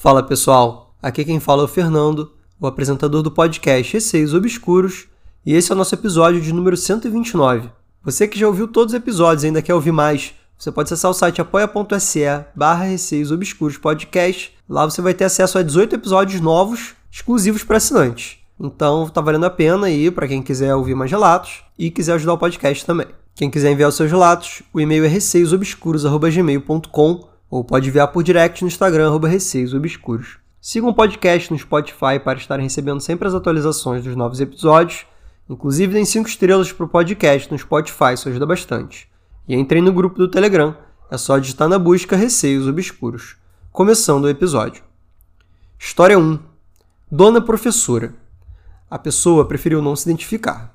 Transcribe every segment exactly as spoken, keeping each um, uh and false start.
Fala pessoal, aqui quem fala é o Fernando, o apresentador do podcast Receios Obscuros, e esse é o nosso episódio de número cento e vinte e nove. Você que já ouviu todos os episódios e ainda quer ouvir mais, você pode acessar o site apoia.se barra Receios Obscuros Podcast. Lá você vai ter acesso a dezoito episódios novos, exclusivos para assinantes. Então tá valendo a pena aí para quem quiser ouvir mais relatos e quiser ajudar o podcast também. Quem quiser enviar os seus relatos, o e-mail é receiosobscuros arroba gmail ponto com ou pode enviar por direct no Instagram, arroba receiosobscuros. Sigam o podcast no Spotify para estarem recebendo sempre as atualizações dos novos episódios. Inclusive, deem cinco estrelas para o podcast no Spotify, isso ajuda bastante. E entrem no grupo do Telegram, é só digitar na busca Receios Obscuros. Começando o episódio. História um. Dona Professora. A pessoa preferiu não se identificar.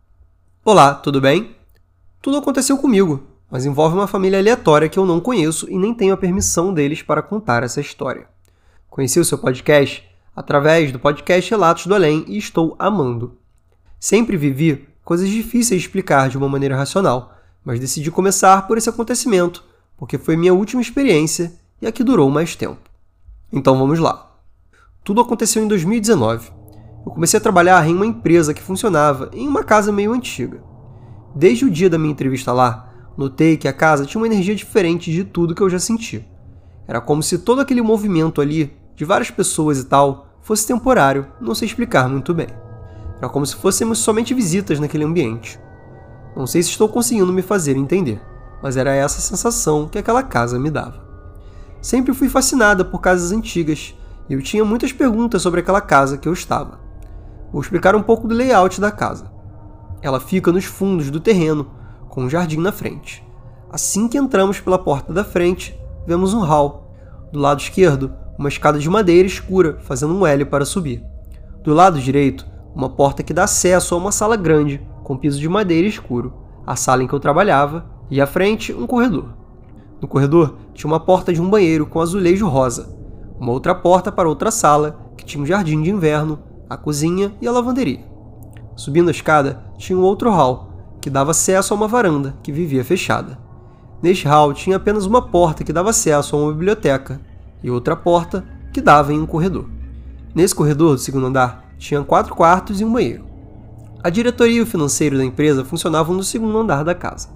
Olá, tudo bem? Tudo aconteceu comigo, mas envolve uma família aleatória que eu não conheço e nem tenho a permissão deles para contar essa história. Conheci o seu podcast através do podcast Relatos do Além e estou amando. Sempre vivi coisas difíceis de explicar de uma maneira racional, mas decidi começar por esse acontecimento, porque foi minha última experiência e a que durou mais tempo. Então vamos lá. Tudo aconteceu em dois mil e dezenove. Eu comecei a trabalhar em uma empresa que funcionava em uma casa meio antiga. Desde o dia da minha entrevista lá, notei que a casa tinha uma energia diferente de tudo que eu já senti. Era como se todo aquele movimento ali, de várias pessoas e tal, fosse temporário, não sei explicar muito bem. Era como se fôssemos somente visitas naquele ambiente. Não sei se estou conseguindo me fazer entender, mas era essa sensação que aquela casa me dava. Sempre fui fascinada por casas antigas, e eu tinha muitas perguntas sobre aquela casa que eu estava. Vou explicar um pouco do layout da casa. Ela fica nos fundos do terreno, com um jardim na frente. Assim que entramos pela porta da frente, vemos um hall. Do lado esquerdo, uma escada de madeira escura, fazendo um L para subir. Do lado direito, uma porta que dá acesso a uma sala grande, com piso de madeira escuro, a sala em que eu trabalhava, e à frente, um corredor. No corredor, tinha uma porta de um banheiro com azulejo rosa, uma outra porta para outra sala, que tinha um jardim de inverno, a cozinha e a lavanderia. Subindo a escada, tinha um outro hall, que dava acesso a uma varanda, que vivia fechada. Neste hall tinha apenas uma porta que dava acesso a uma biblioteca, e outra porta que dava em um corredor. Nesse corredor do segundo andar, tinha quatro quartos e um banheiro. A diretoria e o financeiro da empresa funcionavam no segundo andar da casa.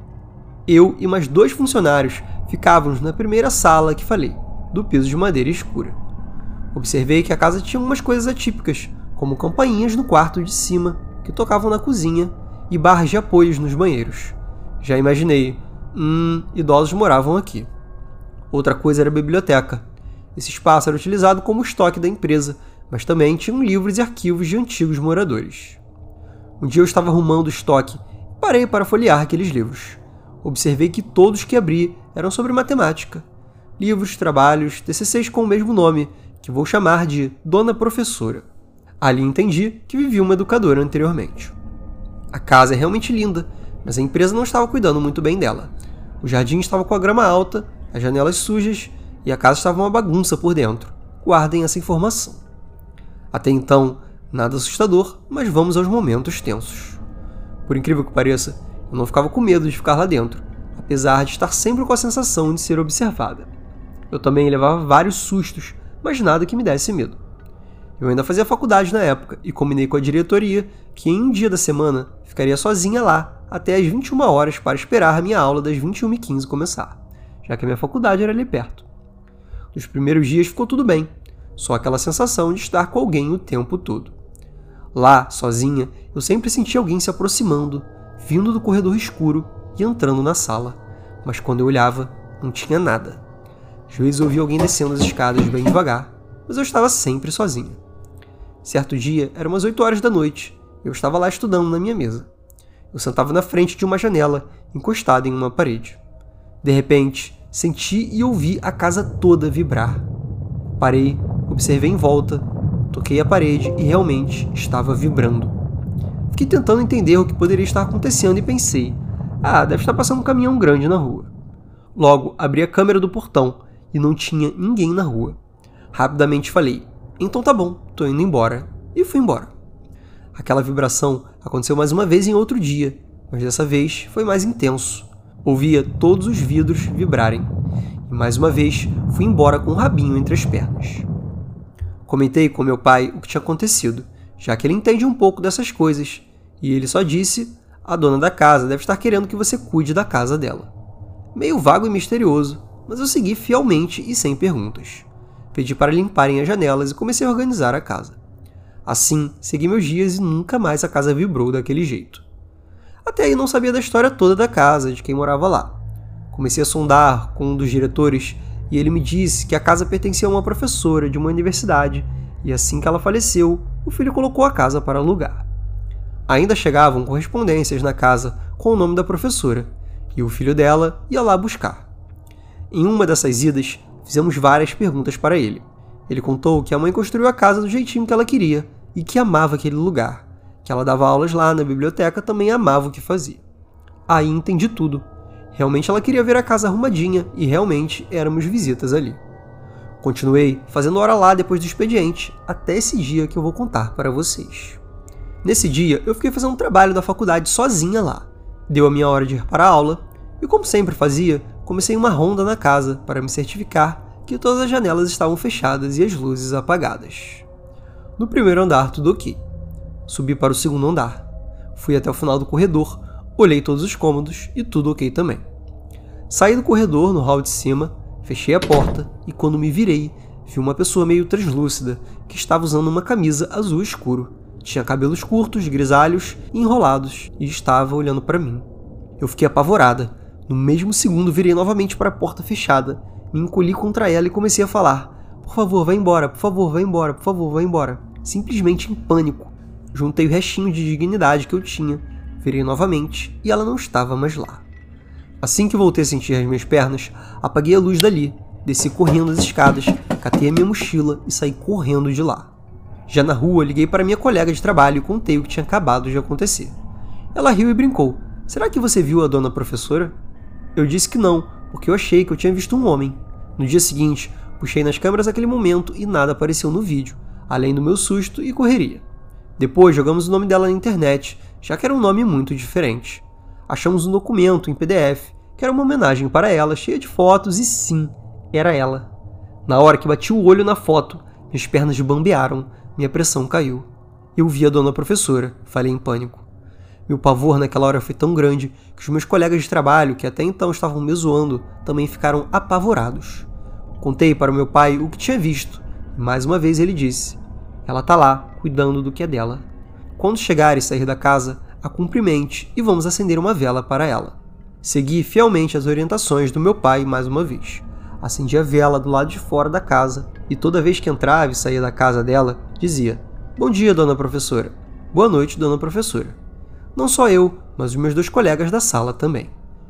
Eu e mais dois funcionários ficávamos na primeira sala que falei, do piso de madeira escura. Observei que a casa tinha umas coisas atípicas, como campainhas no quarto de cima, que tocavam na cozinha, e barras de apoios nos banheiros. Já imaginei, hum, idosos moravam aqui. Outra coisa era a biblioteca. Esse espaço era utilizado como estoque da empresa, mas também tinham livros e arquivos de antigos moradores. Um dia eu estava arrumando o estoque e parei para folhear aqueles livros. Observei que todos que abri eram sobre matemática. Livros, trabalhos, T C Cs com o mesmo nome, que vou chamar de Dona Professora. Ali entendi que vivia uma educadora anteriormente. A casa é realmente linda, mas a empresa não estava cuidando muito bem dela. O jardim estava com a grama alta, as janelas sujas e a casa estava uma bagunça por dentro. Guardem essa informação. Até então, nada assustador, mas vamos aos momentos tensos. Por incrível que pareça, eu não ficava com medo de ficar lá dentro, apesar de estar sempre com a sensação de ser observada. Eu também levava vários sustos, mas nada que me desse medo. Eu ainda fazia faculdade na época e combinei com a diretoria que em um dia da semana ficaria sozinha lá até às vinte e uma horas para esperar a minha aula das vinte e uma e quinze começar, já que a minha faculdade era ali perto. Nos primeiros dias ficou tudo bem, só aquela sensação de estar com alguém o tempo todo. Lá, sozinha, eu sempre sentia alguém se aproximando, vindo do corredor escuro e entrando na sala, mas quando eu olhava, não tinha nada. Às vezes eu ouvia alguém descendo as escadas bem devagar, mas eu estava sempre sozinha. Certo dia, eram umas oito horas da noite, e eu estava lá estudando na minha mesa. Eu sentava na frente de uma janela, encostada em uma parede. De repente, senti e ouvi a casa toda vibrar. Parei, observei em volta, toquei a parede e realmente estava vibrando. Fiquei tentando entender o que poderia estar acontecendo e pensei, ah, deve estar passando um caminhão grande na rua. Logo, abri a câmera do portão e não tinha ninguém na rua. Rapidamente falei, então tá bom, tô indo embora, e fui embora. Aquela vibração aconteceu mais uma vez em outro dia, mas dessa vez foi mais intenso. Ouvia todos os vidros vibrarem, e mais uma vez fui embora com o rabinho entre as pernas. Comentei com meu pai o que tinha acontecido, já que ele entende um pouco dessas coisas, e ele só disse: a dona da casa deve estar querendo que você cuide da casa dela. Meio vago e misterioso, mas eu segui fielmente e sem perguntas. Pedi para limparem as janelas e comecei a organizar a casa. Assim, segui meus dias e nunca mais a casa vibrou daquele jeito. Até aí não sabia da história toda da casa, de quem morava lá. Comecei a sondar com um dos diretores e ele me disse que a casa pertencia a uma professora de uma universidade e assim que ela faleceu, o filho colocou a casa para alugar. Ainda chegavam correspondências na casa com o nome da professora e o filho dela ia lá buscar. Em uma dessas idas, fizemos várias perguntas para ele. Ele contou que a mãe construiu a casa do jeitinho que ela queria e que amava aquele lugar, que ela dava aulas lá na biblioteca, também amava o que fazia. Aí entendi tudo. Realmente ela queria ver a casa arrumadinha e realmente éramos visitas ali. Continuei fazendo hora lá depois do expediente, até esse dia que eu vou contar para vocês. Nesse dia, eu fiquei fazendo um trabalho da faculdade sozinha lá. Deu a minha hora de ir para a aula e, como sempre fazia, comecei uma ronda na casa para me certificar que todas as janelas estavam fechadas e as luzes apagadas. No primeiro andar, tudo ok. Subi para o segundo andar. Fui até o final do corredor, olhei todos os cômodos e tudo ok também. Saí do corredor no hall de cima, fechei a porta e quando me virei, vi uma pessoa meio translúcida que estava usando uma camisa azul escuro. Tinha cabelos curtos, grisalhos e enrolados e estava olhando para mim. Eu fiquei apavorada. No mesmo segundo virei novamente para a porta fechada, me encolhi contra ela e comecei a falar: por favor, vá embora, por favor, vá embora, por favor, vá embora. Simplesmente em pânico. Juntei o restinho de dignidade que eu tinha, virei novamente e ela não estava mais lá. Assim que voltei a sentir as minhas pernas, apaguei a luz dali, desci correndo as escadas, catei a minha mochila e saí correndo de lá. Já na rua, liguei para minha colega de trabalho e contei o que tinha acabado de acontecer. Ela riu e brincou: será que você viu a dona professora? Eu disse que não, porque eu achei que eu tinha visto um homem. No dia seguinte, puxei nas câmeras aquele momento e nada apareceu no vídeo, além do meu susto e correria. Depois jogamos o nome dela na internet, já que era um nome muito diferente. Achamos um documento em P D F, que era uma homenagem para ela, cheia de fotos, e sim, era ela. Na hora que bati o olho na foto, minhas pernas bambearam, minha pressão caiu. Eu vi a dona professora, falei em pânico. Meu pavor naquela hora foi tão grande que os meus colegas de trabalho, que até então estavam me zoando, também ficaram apavorados. Contei para o meu pai o que tinha visto, e mais uma vez ele disse: ela tá lá, cuidando do que é dela. Quando chegar e sair da casa, a cumprimente e vamos acender uma vela para ela. Segui fielmente as orientações do meu pai mais uma vez. Acendi a vela do lado de fora da casa e toda vez que entrava e saía da casa dela, dizia: bom dia, dona professora. Boa noite, dona professora. Não só eu, mas os meus dois colegas da sala também.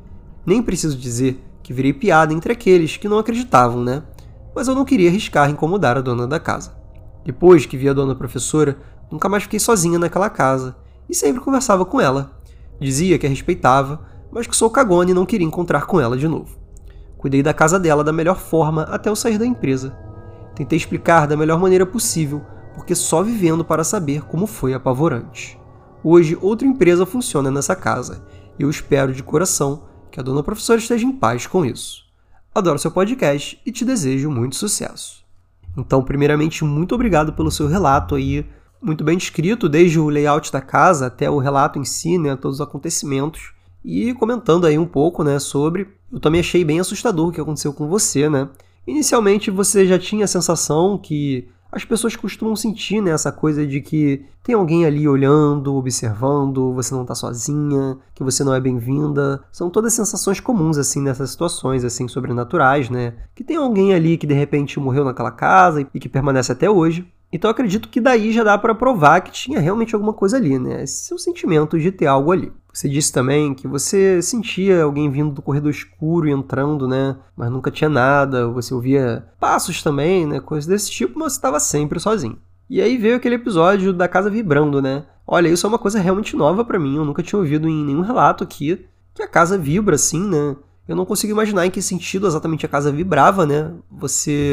Nem preciso dizer que virei piada entre aqueles que não acreditavam, né? Mas eu não queria arriscar incomodar a dona da casa. Depois que vi a dona professora, nunca mais fiquei sozinha naquela casa e sempre conversava com ela. Dizia que a respeitava, mas que sou cagona e não queria encontrar com ela de novo. Cuidei da casa dela da melhor forma até eu sair da empresa. Tentei explicar da melhor maneira possível, porque só vivendo para saber como foi apavorante. Hoje, outra empresa funciona nessa casa, e eu espero de coração que a dona professora esteja em paz com isso. Adoro seu podcast e te desejo muito sucesso. Então, primeiramente, muito obrigado pelo seu relato aí, muito bem descrito, desde o layout da casa até o relato em si, né, todos os acontecimentos, e comentando aí um pouco, né, sobre... Eu também achei bem assustador o que aconteceu com você, né? Inicialmente, você já tinha a sensação que as pessoas costumam sentir, né, essa coisa de que tem alguém ali olhando, observando, você não tá sozinha, que você não é bem-vinda. São todas sensações comuns, assim, nessas situações, assim, sobrenaturais, né? Que tem alguém ali que, de repente, morreu naquela casa e que permanece até hoje. Então, eu acredito que daí já dá pra provar que tinha realmente alguma coisa ali, né? Esse seu sentimento de ter algo ali. Você disse também que você sentia alguém vindo do corredor escuro e entrando, né? Mas nunca tinha nada. Você ouvia passos também, né? Coisas desse tipo, mas você estava sempre sozinho. E aí veio aquele episódio da casa vibrando, né? Olha, isso é uma coisa realmente nova pra mim. Eu nunca tinha ouvido em nenhum relato aqui que a casa vibra assim, né? Eu não consigo imaginar em que sentido exatamente a casa vibrava, né? Você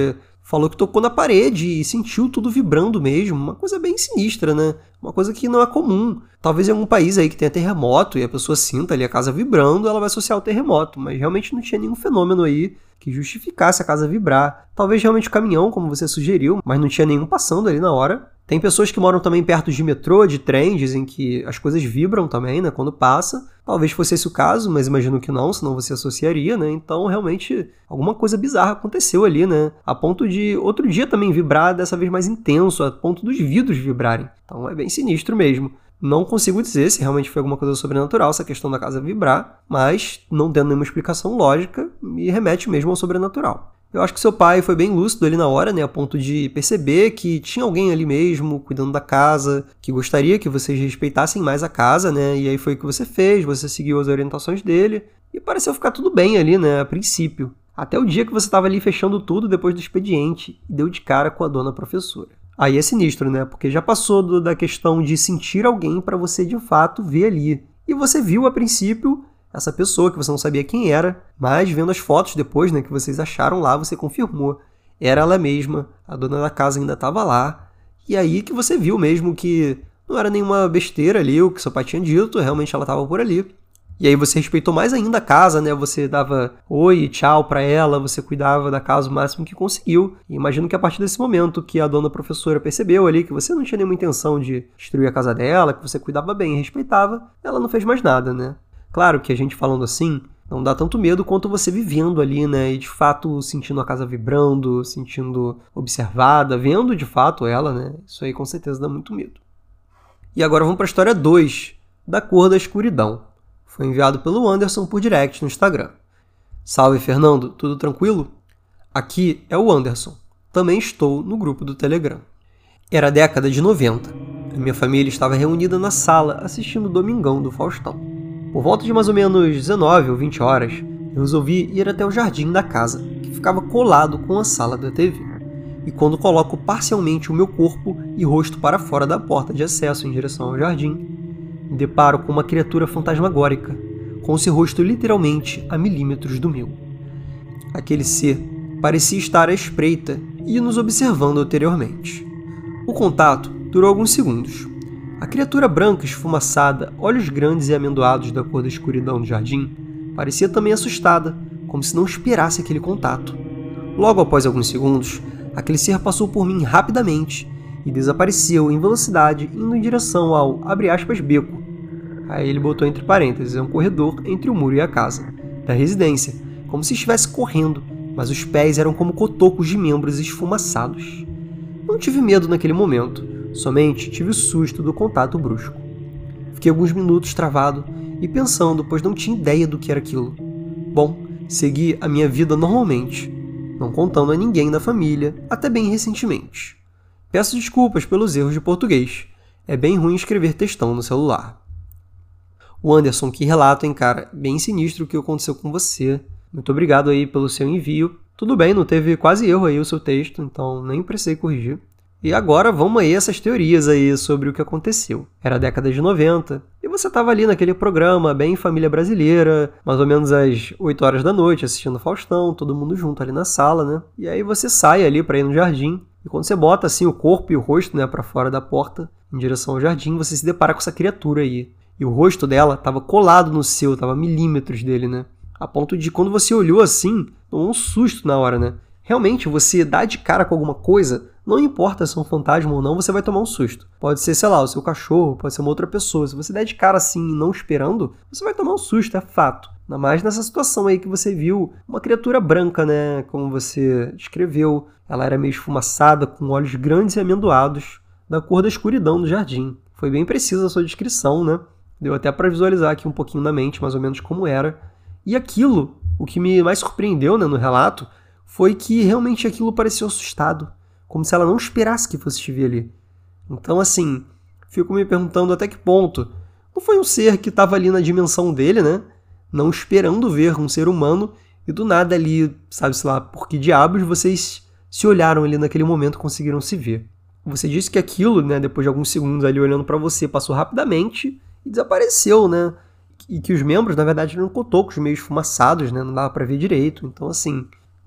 falou que tocou na parede e sentiu tudo vibrando mesmo, uma coisa bem sinistra, né? Uma coisa que não é comum. Talvez em algum país aí que tenha terremoto e a pessoa sinta ali a casa vibrando, ela vai associar o terremoto, mas realmente não tinha nenhum fenômeno aí que justificasse a casa vibrar. Talvez realmente o caminhão, como você sugeriu, mas não tinha nenhum passando ali na hora. Tem pessoas que moram também perto de metrô, de trem, dizem que as coisas vibram também, né, quando passa. Talvez fosse esse o caso, mas imagino que não, senão você associaria, né? Então, realmente, alguma coisa bizarra aconteceu ali, né? A ponto de outro dia também vibrar, dessa vez mais intenso, a ponto dos vidros vibrarem. Então, é bem sinistro mesmo. Não consigo dizer se realmente foi alguma coisa sobrenatural, essa questão da casa vibrar, mas, não tendo nenhuma explicação lógica, me remete mesmo ao sobrenatural. Eu acho que seu pai foi bem lúcido ali na hora, né, a ponto de perceber que tinha alguém ali mesmo, cuidando da casa, que gostaria que vocês respeitassem mais a casa, né, e aí foi o que você fez, você seguiu as orientações dele, e pareceu ficar tudo bem ali, né, a princípio. Até o dia que você estava ali fechando tudo depois do expediente, e deu de cara com a dona professora. Aí é sinistro, né, porque já passou do, da questão de sentir alguém para você de fato ver ali. E você viu a princípio essa pessoa que você não sabia quem era, mas vendo as fotos depois, né, que vocês acharam lá, você confirmou. Era ela mesma, a dona da casa ainda estava lá, e aí que você viu mesmo que não era nenhuma besteira ali, o que seu pai tinha dito, realmente ela estava por ali. E aí você respeitou mais ainda a casa, né, você dava oi, tchau pra ela, você cuidava da casa o máximo que conseguiu. E imagino que a partir desse momento que a dona professora percebeu ali que você não tinha nenhuma intenção de destruir a casa dela, que você cuidava bem e respeitava, ela não fez mais nada, né. Claro que a gente falando assim, não dá tanto medo quanto você vivendo ali, né? E de fato sentindo a casa vibrando, sentindo observada, vendo de fato ela, né? Isso aí com certeza dá muito medo. E agora vamos para a história dois, da Cor da Escuridão. Foi enviado pelo Anderson por direct no Instagram. Salve, Fernando, tudo tranquilo? Aqui é o Anderson. Também estou no grupo do Telegram. Era a década de noventa. A minha família estava reunida na sala assistindo o Domingão do Faustão. Por volta de mais ou menos dezenove ou vinte horas, eu resolvi ir até o jardim da casa, que ficava colado com a sala da T V. E quando coloco parcialmente o meu corpo e rosto para fora da porta de acesso em direção ao jardim, me deparo com uma criatura fantasmagórica, com seu rosto literalmente a milímetros do meu. Aquele ser parecia estar à espreita e nos observando anteriormente. O contato durou alguns segundos. A criatura branca esfumaçada, olhos grandes e amendoados da cor da escuridão do jardim, parecia também assustada, como se não esperasse aquele contato. Logo após alguns segundos, aquele ser passou por mim rapidamente e desapareceu em velocidade indo em direção ao, abre aspas, beco. Aí ele botou entre parênteses, é um corredor entre o muro e a casa, da residência, como se estivesse correndo, mas os pés eram como cotocos de membros esfumaçados. Não tive medo naquele momento. Somente tive o susto do contato brusco. Fiquei alguns minutos travado e pensando, pois não tinha ideia do que era aquilo. Bom, segui a minha vida normalmente, não contando a ninguém da família, até bem recentemente. Peço desculpas pelos erros de português. É bem ruim escrever textão no celular. O Anderson, que relato, hein, cara? Bem sinistro o que aconteceu com você. Muito obrigado aí pelo seu envio. Tudo bem, não teve quase erro aí o seu texto, então nem precisei corrigir. E agora vamos aí essas teorias aí sobre o que aconteceu. Era a década de noventa, e você estava ali naquele programa, bem família brasileira, mais ou menos às oito horas da noite, assistindo Faustão, todo mundo junto ali na sala, né? E aí você sai ali para ir no jardim, e quando você bota assim o corpo e o rosto, né, para fora da porta, em direção ao jardim, você se depara com essa criatura aí. E o rosto dela estava colado no seu, estava a milímetros dele, né? A ponto de quando você olhou assim, tomou um susto na hora, né? Realmente, você dá de cara com alguma coisa, não importa se é um fantasma ou não, você vai tomar um susto. Pode ser, sei lá, o seu cachorro, pode ser uma outra pessoa. Se você der de cara assim, não esperando, você vai tomar um susto, é fato. Ainda mais nessa situação aí que você viu uma criatura branca, né? Como você descreveu. Ela era meio esfumaçada, com olhos grandes e amendoados, da cor da escuridão do jardim. Foi bem precisa a sua descrição, né? Deu até para visualizar aqui um pouquinho na mente, mais ou menos como era. E aquilo, o que me mais surpreendeu, né, no relato, foi que realmente aquilo pareceu assustado, como se ela não esperasse que fosse te ver ali. Então, assim, fico me perguntando até que ponto não foi um ser que estava ali na dimensão dele, né? Não esperando ver um ser humano, e do nada ali, sabe, sei lá, por que diabos vocês se olharam ali naquele momento e conseguiram se ver. Você disse que aquilo, né, depois de alguns segundos ali olhando para você, passou rapidamente e desapareceu, né? E que os membros, na verdade, eram cotocos meio esfumaçados, né? Não dava para ver direito. Então, assim,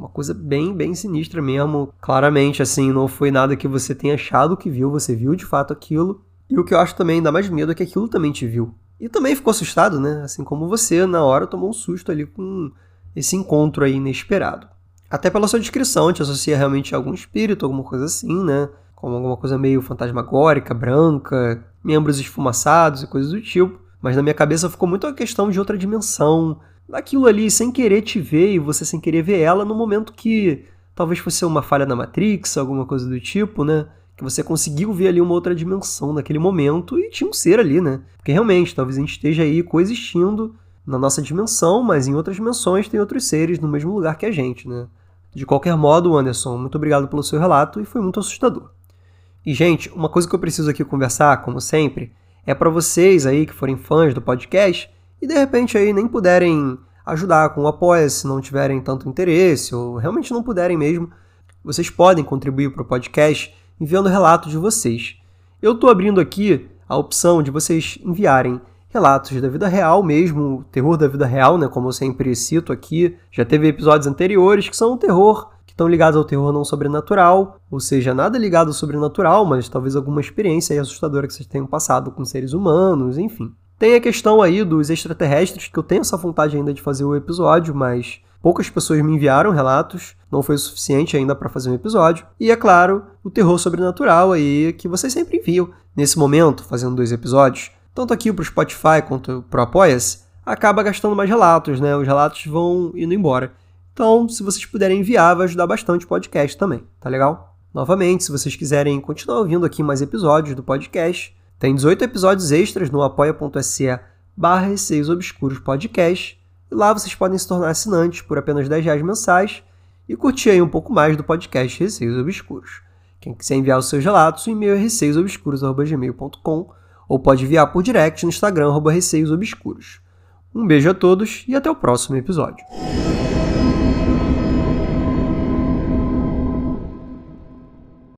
Uma coisa bem, bem sinistra mesmo. Claramente, assim, não foi nada que você tenha achado que viu, você viu de fato aquilo. E o que eu acho também dá mais medo é que aquilo também te viu. E também ficou assustado, né? Assim como você, na hora, tomou um susto ali com esse encontro aí inesperado. Até pela sua descrição, te associa realmente a algum espírito, alguma coisa assim, né? Como alguma coisa meio fantasmagórica, branca, membros esfumaçados e coisas do tipo. Mas na minha cabeça ficou muito a questão de outra dimensão, daquilo ali sem querer te ver e você sem querer ver ela no momento que talvez fosse uma falha na Matrix, alguma coisa do tipo, né? Que você conseguiu ver ali uma outra dimensão naquele momento e tinha um ser ali, né? Porque realmente, talvez a gente esteja aí coexistindo na nossa dimensão, mas em outras dimensões tem outros seres no mesmo lugar que a gente, né? De qualquer modo, Anderson, muito obrigado pelo seu relato e foi muito assustador. E, gente, uma coisa que eu preciso aqui conversar, como sempre, é para vocês aí que forem fãs do podcast e de repente aí nem puderem ajudar com o Apoia-se, se não tiverem tanto interesse ou realmente não puderem mesmo, vocês podem contribuir para o podcast enviando relatos de vocês. Eu estou abrindo aqui a opção de vocês enviarem relatos da vida real mesmo, terror da vida real, né, como eu sempre cito aqui. Já teve episódios anteriores que são terror, que estão ligados ao terror não sobrenatural, ou seja, nada ligado ao sobrenatural, mas talvez alguma experiência aí assustadora que vocês tenham passado com seres humanos, enfim. Tem a questão aí dos extraterrestres, que eu tenho essa vontade ainda de fazer o episódio, mas poucas pessoas me enviaram relatos, não foi o suficiente ainda para fazer um episódio. E, é claro, o terror sobrenatural aí, que vocês sempre enviam. Nesse momento, fazendo dois episódios, tanto aqui para o Spotify quanto para o Apoia-se, acaba gastando mais relatos, né? Os relatos vão indo embora. Então, se vocês puderem enviar, vai ajudar bastante o podcast também, tá legal? Novamente, se vocês quiserem continuar ouvindo aqui mais episódios do podcast, tem dezoito episódios extras no apoia.se barra Receios Obscuros Podcast, e lá vocês podem se tornar assinantes por apenas dez reais mensais e curtir aí um pouco mais do podcast Receios Obscuros. Quem quiser enviar os seus relatos, o e-mail é receiosobscuros arroba gmail ponto com ou pode enviar por direct no Instagram arroba Receios Obscuros. Um beijo a todos e até o próximo episódio.